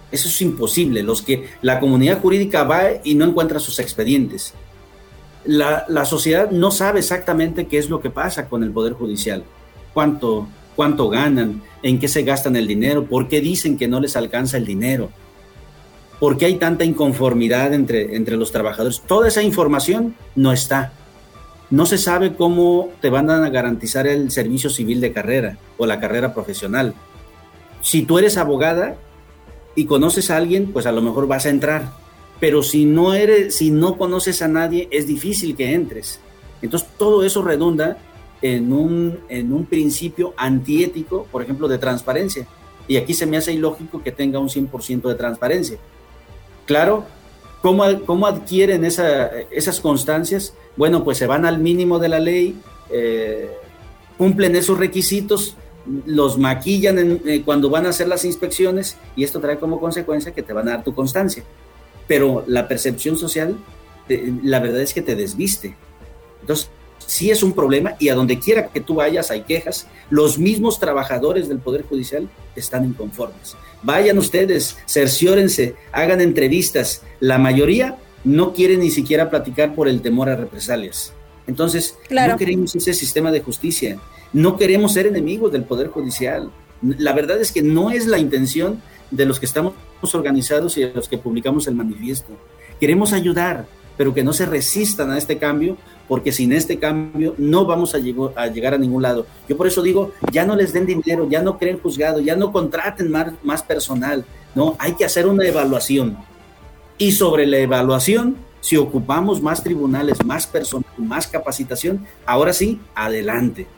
Eso es imposible. Los que la comunidad jurídica va y no encuentra sus expedientes. La, la sociedad no sabe exactamente qué es lo que pasa con el Poder Judicial, cuánto, cuánto ganan, en qué se gastan el dinero, por qué dicen que no les alcanza el dinero, por qué hay tanta inconformidad entre, entre los trabajadores. Toda esa información no está. No se sabe cómo te van a garantizar el servicio civil de carrera o la carrera profesional. Si tú eres abogada y conoces a alguien, pues a lo mejor vas a entrar. Pero si no eres, si no conoces a nadie, es difícil que entres. Entonces todo eso redunda en un, en un principio antiético, por ejemplo, de transparencia. Y aquí se me hace ilógico que tenga un cien por ciento de transparencia. Claro, ¿cómo, cómo adquieren esa, esas constancias? Bueno, pues se van al mínimo de la ley, eh, cumplen esos requisitos, los maquillan en, eh, cuando van a hacer las inspecciones, y esto trae como consecuencia que te van a dar tu constancia. Pero la percepción social, eh, la verdad es que te desviste. Entonces, sí es un problema, y a donde quiera que tú vayas hay quejas. Los mismos trabajadores del Poder Judicial están inconformes. Vayan ustedes, cerciórense, hagan entrevistas. La mayoría no quiere ni siquiera platicar por el temor a represalias. Entonces, claro, no queremos ese sistema de justicia. No queremos ser enemigos del Poder Judicial. La verdad es que no es la intención de los que estamos organizados y de los que publicamos el manifiesto. Queremos ayudar, pero que no se resistan a este cambio, porque sin este cambio no vamos a, llego, a llegar a ningún lado. Yo por eso digo, ya no les den dinero, ya no creen juzgado, ya no contraten más, más personal, no, hay que hacer una evaluación. Y sobre la evaluación, si ocupamos más tribunales, más personal, más capacitación, ahora sí, adelante.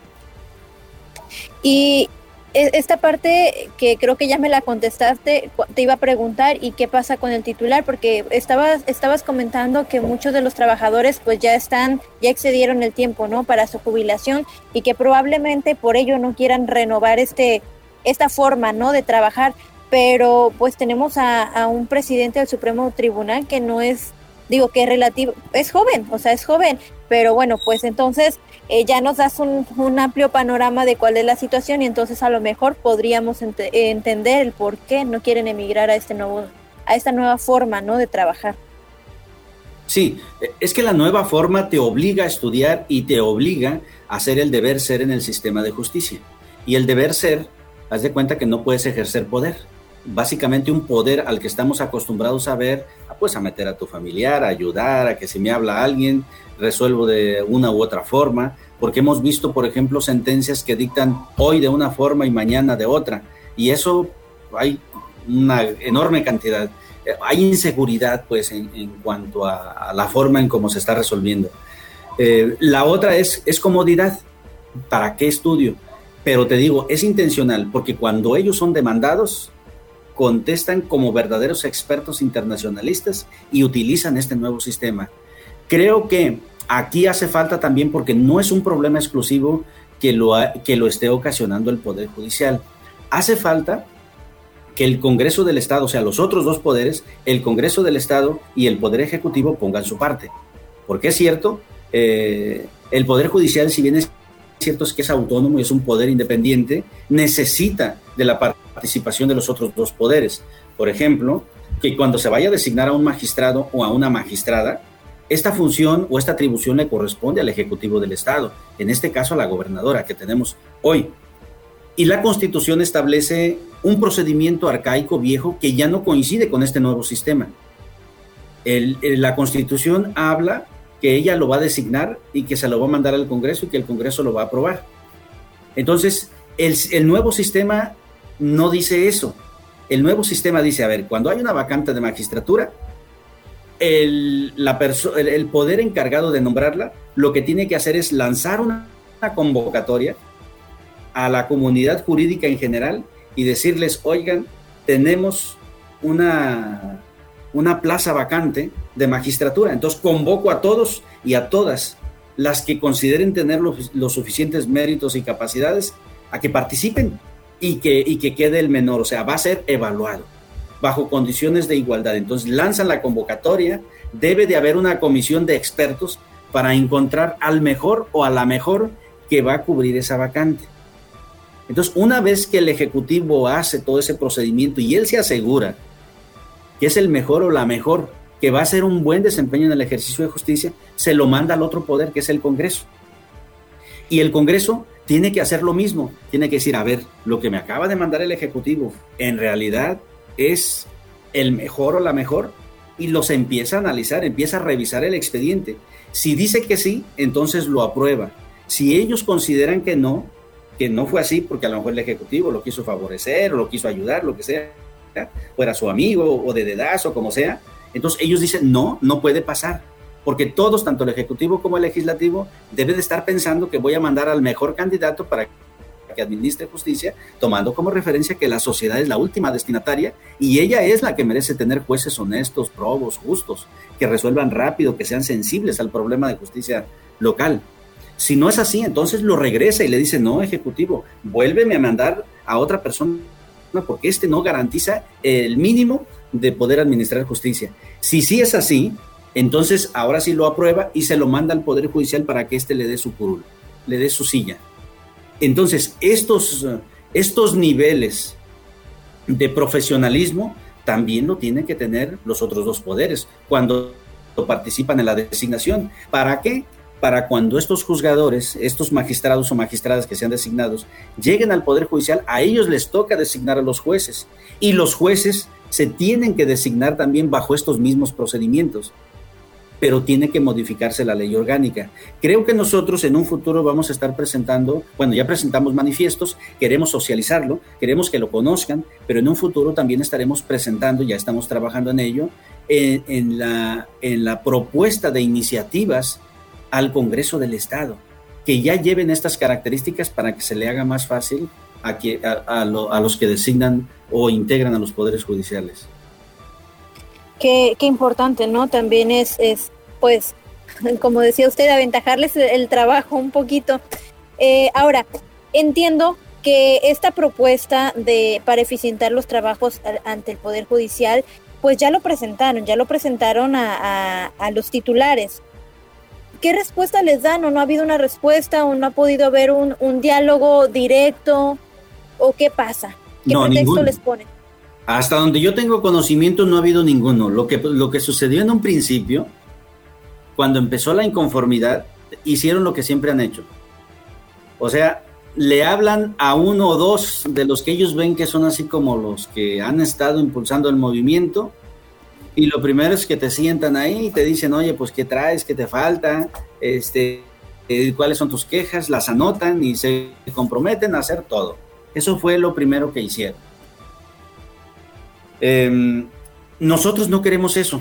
Y esta parte que creo que ya me la contestaste, te iba a preguntar, ¿y qué pasa con el titular? Porque estabas, estabas comentando que muchos de los trabajadores pues ya están, ya excedieron el tiempo, ¿no?, para su jubilación, y que probablemente por ello no quieran renovar este, esta forma, ¿no?, de trabajar. Pero pues tenemos a, a un presidente del Supremo Tribunal que no es, digo que es relativo, es joven, o sea, es joven, pero bueno, pues entonces eh, ya nos das un, un amplio panorama de cuál es la situación, y entonces a lo mejor podríamos ent- entender el por qué no quieren emigrar a este nuevo, a esta nueva forma, ¿no?, de trabajar. Sí, es que la nueva forma te obliga a estudiar y te obliga a hacer el deber ser en el sistema de justicia. Y el deber ser, haz de cuenta que no puedes ejercer poder. Básicamente un poder al que estamos acostumbrados a ver, pues a meter a tu familiar, a ayudar, a que si me habla alguien, resuelvo de una u otra forma, porque hemos visto, por ejemplo, sentencias que dictan hoy de una forma y mañana de otra, y eso hay una enorme cantidad. Hay inseguridad, pues, en, en cuanto a, a la forma en cómo se está resolviendo. Eh, la otra es, es comodidad. ¿Para qué estudio? Pero te digo, es intencional, porque cuando ellos son demandados, contestan como verdaderos expertos internacionalistas y utilizan este nuevo sistema. Creo que aquí hace falta también, porque no es un problema exclusivo que lo, ha, que lo esté ocasionando el Poder Judicial. Hace falta que el Congreso del Estado, o sea, los otros dos poderes, el Congreso del Estado y el Poder Ejecutivo, pongan su parte. Porque es cierto, eh, el Poder Judicial, si bien es cierto es que es autónomo y es un poder independiente, necesita de la participación de los otros dos poderes. Por ejemplo, que cuando se vaya a designar a un magistrado o a una magistrada, esta función o esta atribución le corresponde al Ejecutivo del Estado, en este caso a la gobernadora que tenemos hoy. Y la Constitución establece un procedimiento arcaico viejo que ya no coincide con este nuevo sistema. El, el, la Constitución habla que ella lo va a designar y que se lo va a mandar al Congreso y que el Congreso lo va a aprobar. Entonces, el, el nuevo sistema no dice eso. El nuevo sistema dice, a ver, cuando hay una vacante de magistratura, el, la perso- el, el poder encargado de nombrarla, lo que tiene que hacer es lanzar una, una convocatoria a la comunidad jurídica en general y decirles, oigan, tenemos una... una plaza vacante de magistratura, entonces convoco a todos y a todas las que consideren tener los, los suficientes méritos y capacidades a que participen y que, y que quede el menor, o sea, va a ser evaluado bajo condiciones de igualdad. Entonces lanzan la convocatoria, debe de haber una comisión de expertos para encontrar al mejor o a la mejor que va a cubrir esa vacante. Entonces, una vez que el Ejecutivo hace todo ese procedimiento y él se asegura que es el mejor o la mejor, que va a hacer un buen desempeño en el ejercicio de justicia, se lo manda al otro poder, que es el Congreso. Y el Congreso tiene que hacer lo mismo, tiene que decir, a ver, lo que me acaba de mandar el Ejecutivo, en realidad es el mejor o la mejor, y los empieza a analizar, empieza a revisar el expediente. Si dice que sí, entonces lo aprueba. Si ellos consideran que no, que no fue así, porque a lo mejor el Ejecutivo lo quiso favorecer, o lo quiso ayudar, lo que sea, fuera su amigo, o de dedazo, como sea, entonces ellos dicen, no, no puede pasar, porque todos, tanto el Ejecutivo como el Legislativo, deben de estar pensando que voy a mandar al mejor candidato para que administre justicia, tomando como referencia que la sociedad es la última destinataria y ella es la que merece tener jueces honestos, probos, justos, que resuelvan rápido, que sean sensibles al problema de justicia local. Si no es así, entonces lo regresa y le dice, no, Ejecutivo, vuélveme a mandar a otra persona, porque este no garantiza el mínimo de poder administrar justicia. Si sí es así, entonces ahora sí lo aprueba y se lo manda al Poder Judicial para que éste le dé su curul, le dé su silla. Entonces, estos, estos niveles de profesionalismo también lo tienen que tener los otros dos poderes cuando participan en la designación. ¿Para qué? Para cuando estos juzgadores, estos magistrados o magistradas que sean designados, lleguen al Poder Judicial, a ellos les toca designar a los jueces. Y los jueces se tienen que designar también bajo estos mismos procedimientos, pero tiene que modificarse la ley orgánica. Creo que nosotros en un futuro vamos a estar presentando, bueno, ya presentamos manifiestos, queremos socializarlo, queremos que lo conozcan, pero en un futuro también estaremos presentando, ya estamos trabajando en ello, en, en, la, en la propuesta de iniciativas al Congreso del Estado, que ya lleven estas características para que se le haga más fácil a, que, a, a, lo, a los que designan o integran a los poderes judiciales. Qué, qué importante, ¿no? También es, es, pues, como decía usted, aventajarles el trabajo un poquito. Eh, ahora, entiendo que esta propuesta de para eficientar los trabajos ante el Poder Judicial, pues ya lo presentaron, ya lo presentaron a, a, a los titulares. ¿Qué respuesta les dan? ¿O no ha habido una respuesta? ¿O no ha podido haber un, un diálogo directo? ¿O qué pasa? ¿Qué no, pretexto ningún... les ponen? Hasta donde yo tengo conocimiento no ha habido ninguno. Lo que, lo que sucedió en un principio, cuando empezó la inconformidad, hicieron lo que siempre han hecho. O sea, le hablan a uno o dos de los que ellos ven que son así como los que han estado impulsando el movimiento, y lo primero es que te sientan ahí y te dicen, oye, pues ¿qué traes? ¿Qué te falta? Este, eh, ¿cuáles son tus quejas? Las anotan y se comprometen a hacer todo. Eso fue lo primero que hicieron. Eh, nosotros no queremos eso,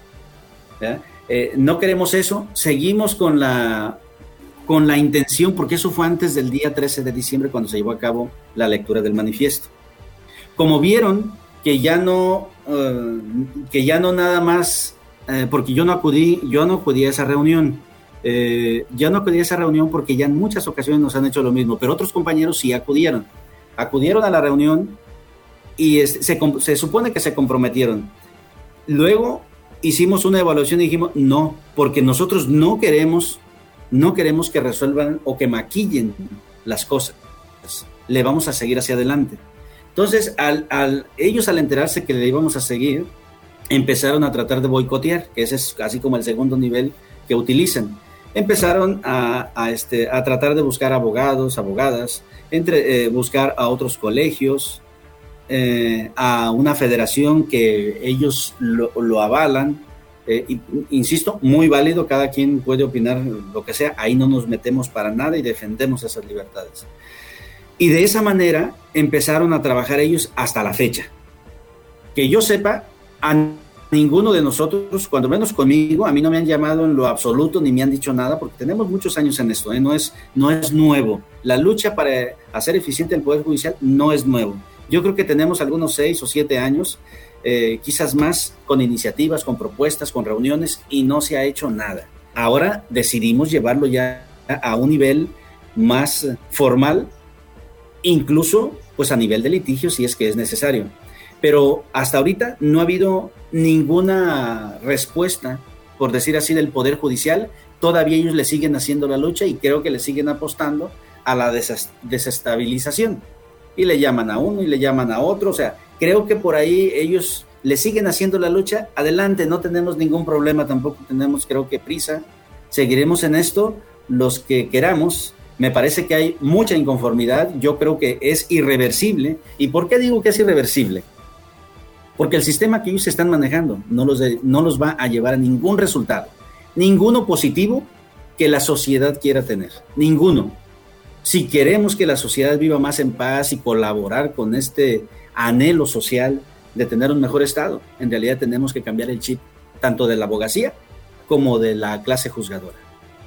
eh, no queremos eso, seguimos con la, con la intención, porque eso fue antes del día trece de diciembre cuando se llevó a cabo la lectura del manifiesto. Como vieron que ya no, uh, que ya no nada más, eh, porque yo no acudí, yo no acudí a esa reunión, eh, ya no acudí a esa reunión porque ya en muchas ocasiones nos han hecho lo mismo, pero otros compañeros sí acudieron, acudieron a la reunión y es, se, se supone que se comprometieron. Luego hicimos una evaluación y dijimos no, porque nosotros no queremos, no queremos que resuelvan o que maquillen las cosas. Le vamos a seguir hacia adelante. Entonces, al, al, ellos al enterarse que le íbamos a seguir, empezaron a tratar de boicotear, que ese es casi como el segundo nivel que utilizan. Empezaron a, a, este, a tratar de buscar abogados, abogadas, entre, eh, buscar a otros colegios, Eh, a una federación que ellos lo, lo avalan, eh, y, insisto, muy válido, cada quien puede opinar lo que sea, ahí no nos metemos para nada y defendemos esas libertades. Y de esa manera empezaron a trabajar ellos hasta la fecha. Que yo sepa, a ninguno de nosotros, cuando menos conmigo, a mí no me han llamado en lo absoluto ni me han dicho nada, porque tenemos muchos años en esto, ¿eh? no es, no es nuevo. La lucha para hacer eficiente el Poder Judicial no es nuevo. Yo creo que tenemos algunos seis o siete años, eh, quizás más, con iniciativas, con propuestas, con reuniones, y no se ha hecho nada. Ahora decidimos llevarlo ya a un nivel más formal, incluso pues a nivel de litigio si es que es necesario. Pero hasta ahorita no ha habido ninguna respuesta, por decir así, del Poder Judicial. Todavía ellos le siguen haciendo la lucha y creo que le siguen apostando a la des- desestabilización. Y le llaman a uno y le llaman a otro, o sea, creo que por ahí ellos le siguen haciendo la lucha, adelante, no tenemos ningún problema, tampoco tenemos, creo que prisa, seguiremos en esto los que queramos. Me parece que hay mucha inconformidad, yo creo que es irreversible. ¿Y por qué digo que es irreversible? Porque el sistema que ellos están manejando no los, de, no los va a llevar a ningún resultado, ninguno positivo que la sociedad quiera tener, ninguno. Si queremos que la sociedad viva más en paz y colaborar con este anhelo social de tener un mejor estado, en realidad tenemos que cambiar el chip, tanto de la abogacía como de la clase juzgadora.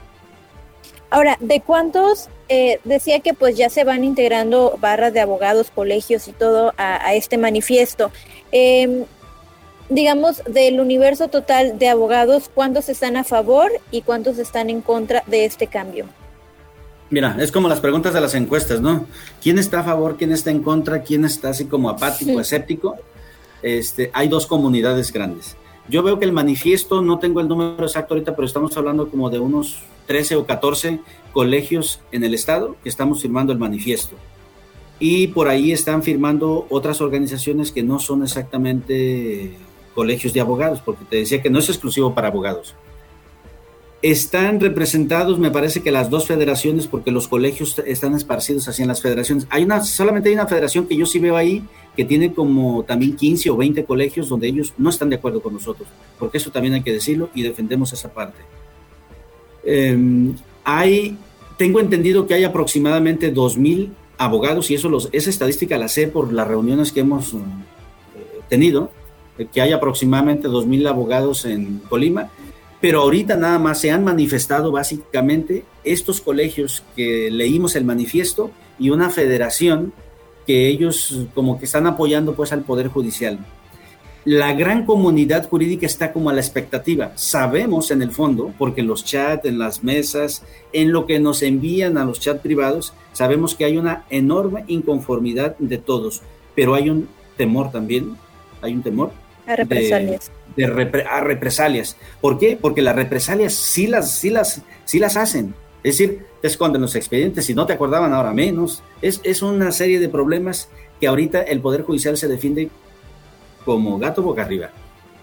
Ahora, ¿de cuántos? Eh, decía que pues ya se van integrando barras de abogados, colegios y todo a, a este manifiesto. Eh, digamos, del universo total de abogados, ¿cuántos están a favor y cuántos están en contra de este cambio? Mira, es como las preguntas de las encuestas, ¿no? ¿Quién está a favor, quién está en contra, quién está así como apático, sí. escéptico? Este, hay dos comunidades grandes. Yo veo que el manifiesto, no tengo el número exacto ahorita, pero estamos hablando como de unos trece o catorce colegios en el estado que estamos firmando el manifiesto. Y por ahí están firmando otras organizaciones que no son exactamente colegios de abogados, porque te decía que no es exclusivo para abogados. Están representados, me parece que las dos federaciones, porque los colegios están esparcidos así en las federaciones. Hay una, solamente hay una federación que yo sí veo ahí, que tiene como también quince o veinte colegios donde ellos no están de acuerdo con nosotros, porque eso también hay que decirlo y defendemos esa parte. Eh, hay, tengo entendido que hay aproximadamente dos mil abogados, y eso los, esa estadística la sé por las reuniones que hemos eh, tenido, que hay aproximadamente dos mil abogados en Colima, pero ahorita nada más se han manifestado básicamente estos colegios que leímos el manifiesto y una federación que ellos como que están apoyando pues al Poder Judicial. La gran comunidad jurídica está como a la expectativa. Sabemos en el fondo, porque en los chats, en las mesas, en lo que nos envían a los chats privados, sabemos que hay una enorme inconformidad de todos, pero hay un temor también, hay un temor a represalias. De, de repre, a represalias. ¿Por qué? Porque las represalias sí las, sí las, sí las hacen. Es decir, te esconden los expedientes, si no te acordaban ahora menos. Es, es una serie de problemas que ahorita el Poder Judicial se defiende como gato boca arriba.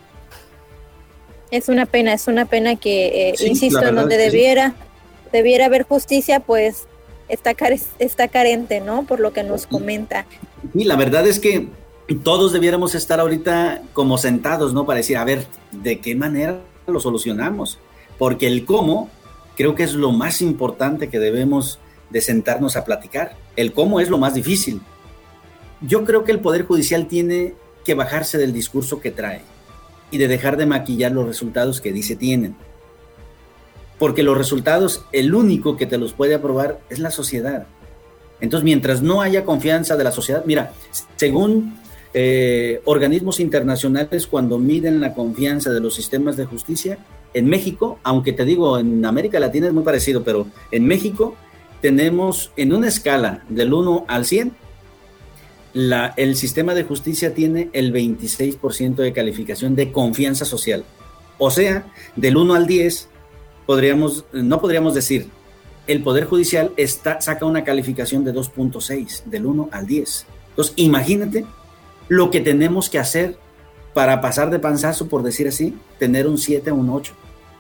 Es una pena, es una pena que, eh, sí, insisto, en donde debiera, sí. debiera haber justicia, pues está, care, está carente, ¿no? Por lo que nos comenta. Y la verdad es que todos debiéramos estar ahorita como sentados, ¿no? Para decir, a ver, ¿de qué manera lo solucionamos? Porque el cómo creo que es lo más importante que debemos de sentarnos a platicar. El cómo es lo más difícil. Yo creo que el Poder Judicial tiene que bajarse del discurso que trae y de dejar de maquillar los resultados que dice tienen. Porque los resultados, el único que te los puede aprobar es la sociedad. Entonces, mientras no haya confianza de la sociedad, mira, según eh, organismos internacionales, cuando miden la confianza de los sistemas de justicia, en México, aunque te digo, en América Latina es muy parecido, pero en México tenemos en una escala del uno al cien, La, el sistema de justicia tiene el veintiséis por ciento de calificación de confianza social. O sea, del uno al diez, podríamos, no podríamos decir, el Poder Judicial está, saca una calificación de dos punto seis, del uno al diez. Entonces, imagínate lo que tenemos que hacer para pasar de panzazo, por decir así, tener un siete o un ocho.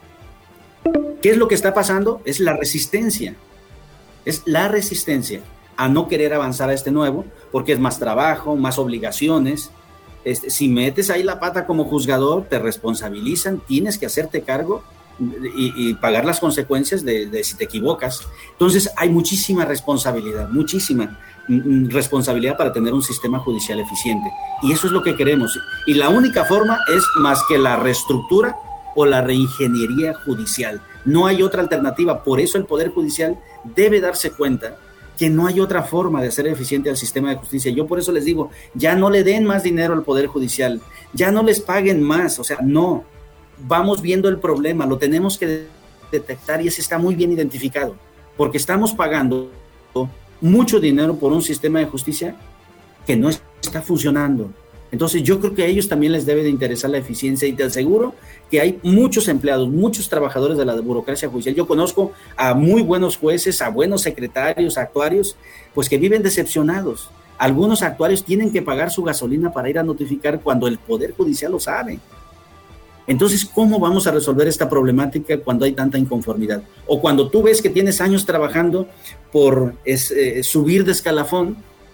¿Qué es lo que está pasando? Es la resistencia. Es la resistencia a no querer avanzar a este nuevo, porque es más trabajo, más obligaciones. Este, si metes ahí la pata como juzgador, te responsabilizan, tienes que hacerte cargo y, y pagar las consecuencias de, de si te equivocas. Entonces hay muchísima responsabilidad, muchísima responsabilidad para tener un sistema judicial eficiente. Y eso es lo que queremos. Y la única forma es más que la reestructura o la reingeniería judicial. No hay otra alternativa. Por eso el Poder Judicial debe darse cuenta que no hay otra forma de hacer eficiente al sistema de justicia. Yo por eso les digo, ya no le den más dinero al Poder Judicial, ya no les paguen más, o sea, no, vamos viendo el problema, lo tenemos que detectar y ese está muy bien identificado, porque estamos pagando mucho dinero por un sistema de justicia que no está funcionando. Entonces yo creo que a ellos también les debe de interesar la eficiencia y te aseguro que hay muchos empleados, muchos trabajadores de la burocracia judicial. Yo conozco a muy buenos jueces, a buenos secretarios, actuarios, pues que viven decepcionados Algunos actuarios tienen que pagar su gasolina para ir a notificar cuando el Poder Judicial lo sabe. Entonces, ¿cómo vamos a resolver esta problemática cuando hay tanta inconformidad? O cuando tú ves que tienes años trabajando por es, eh, subir de escalafón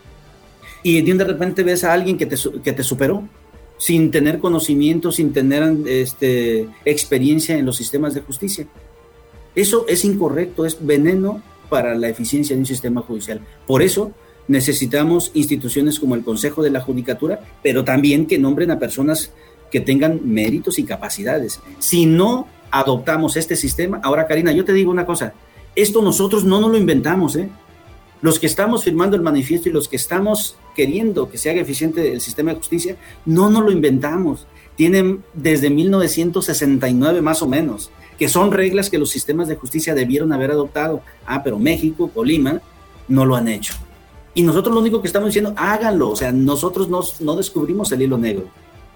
y de repente ves a alguien que te, que te superó sin tener conocimiento, sin tener este, experiencia en los sistemas de justicia. Eso es incorrecto, es veneno para la eficiencia de un sistema judicial. Por eso necesitamos instituciones como el Consejo de la Judicatura, pero también que nombren a personas que tengan méritos y capacidades. Si no adoptamos este sistema, ahora Karina, yo te digo una cosa, esto nosotros no nos lo inventamos, ¿eh? Los que estamos firmando el manifiesto y los que estamos queriendo que se haga eficiente el sistema de justicia, no nos lo inventamos. Tienen desde mil novecientos sesenta y nueve más o menos, que son reglas que los sistemas de justicia debieron haber adoptado. Ah, pero México, Colima, no lo han hecho. Y nosotros lo único que estamos diciendo, háganlo, o sea, nosotros no, no descubrimos el hilo negro.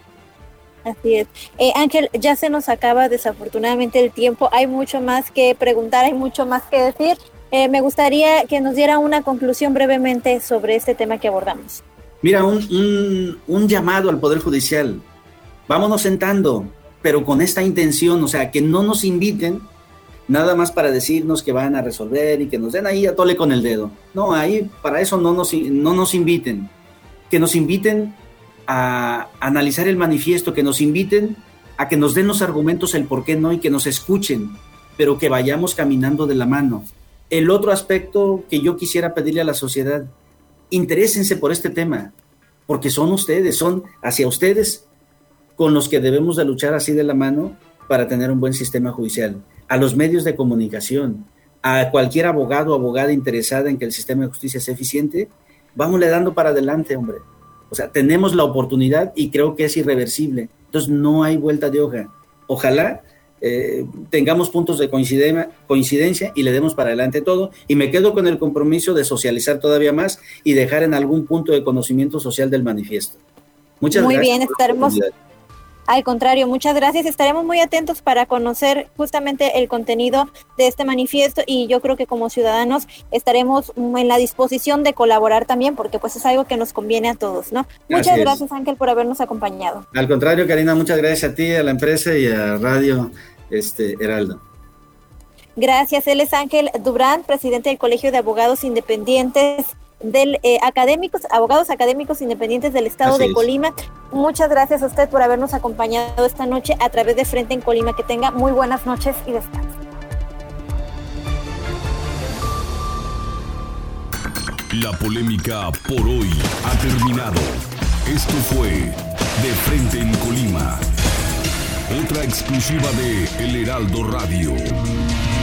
Así es. Eh, Ángel, ya se nos acaba desafortunadamente el tiempo, hay mucho más que preguntar, hay mucho más que decir. Eh, me gustaría que nos diera una conclusión brevemente sobre este tema que abordamos. Mira, un, un, un llamado al Poder Judicial. Vámonos sentando, pero con esta intención, o sea, que no nos inviten nada más para decirnos que van a resolver y que nos den ahí a tole con el dedo. No, ahí para eso no nos, no nos inviten. Que nos inviten a analizar el manifiesto, que nos inviten a que nos den los argumentos, el por qué no, y que nos escuchen, pero que vayamos caminando de la mano. El otro aspecto que yo quisiera pedirle a la sociedad, interésense por este tema, porque son ustedes, son hacia ustedes con los que debemos de luchar así de la mano para tener un buen sistema judicial. A los medios de comunicación, a cualquier abogado o abogada interesada en que el sistema de justicia sea eficiente, vámosle dando para adelante, hombre. O sea, tenemos la oportunidad y creo que es irreversible. Entonces no hay vuelta de hoja. Ojalá eh, tengamos puntos de coincidencia, coincidencia y le demos para adelante todo. Y me quedo con el compromiso de socializar todavía más y dejar en algún punto de conocimiento social del manifiesto. Muchas Muy gracias. Muy bien, estaremos... Al contrario, muchas gracias. Estaremos muy atentos para conocer justamente el contenido de este manifiesto y yo creo que como ciudadanos estaremos en la disposición de colaborar también porque pues es algo que nos conviene a todos, ¿no? Muchas Así gracias, es. Ángel, por habernos acompañado. Al contrario, Karina, muchas gracias a ti, a la empresa y a Radio este, Heraldo. Gracias. Él es Ángel Dubrán, presidente del Colegio de Abogados Independientes del eh, académicos, abogados académicos independientes del estado Así de es. Colima. Muchas gracias a usted por habernos acompañado esta noche a través de Frente en Colima. Que tenga muy buenas noches y descanse. La polémica por hoy ha terminado. Esto fue De Frente en Colima, otra exclusiva de El Heraldo Radio.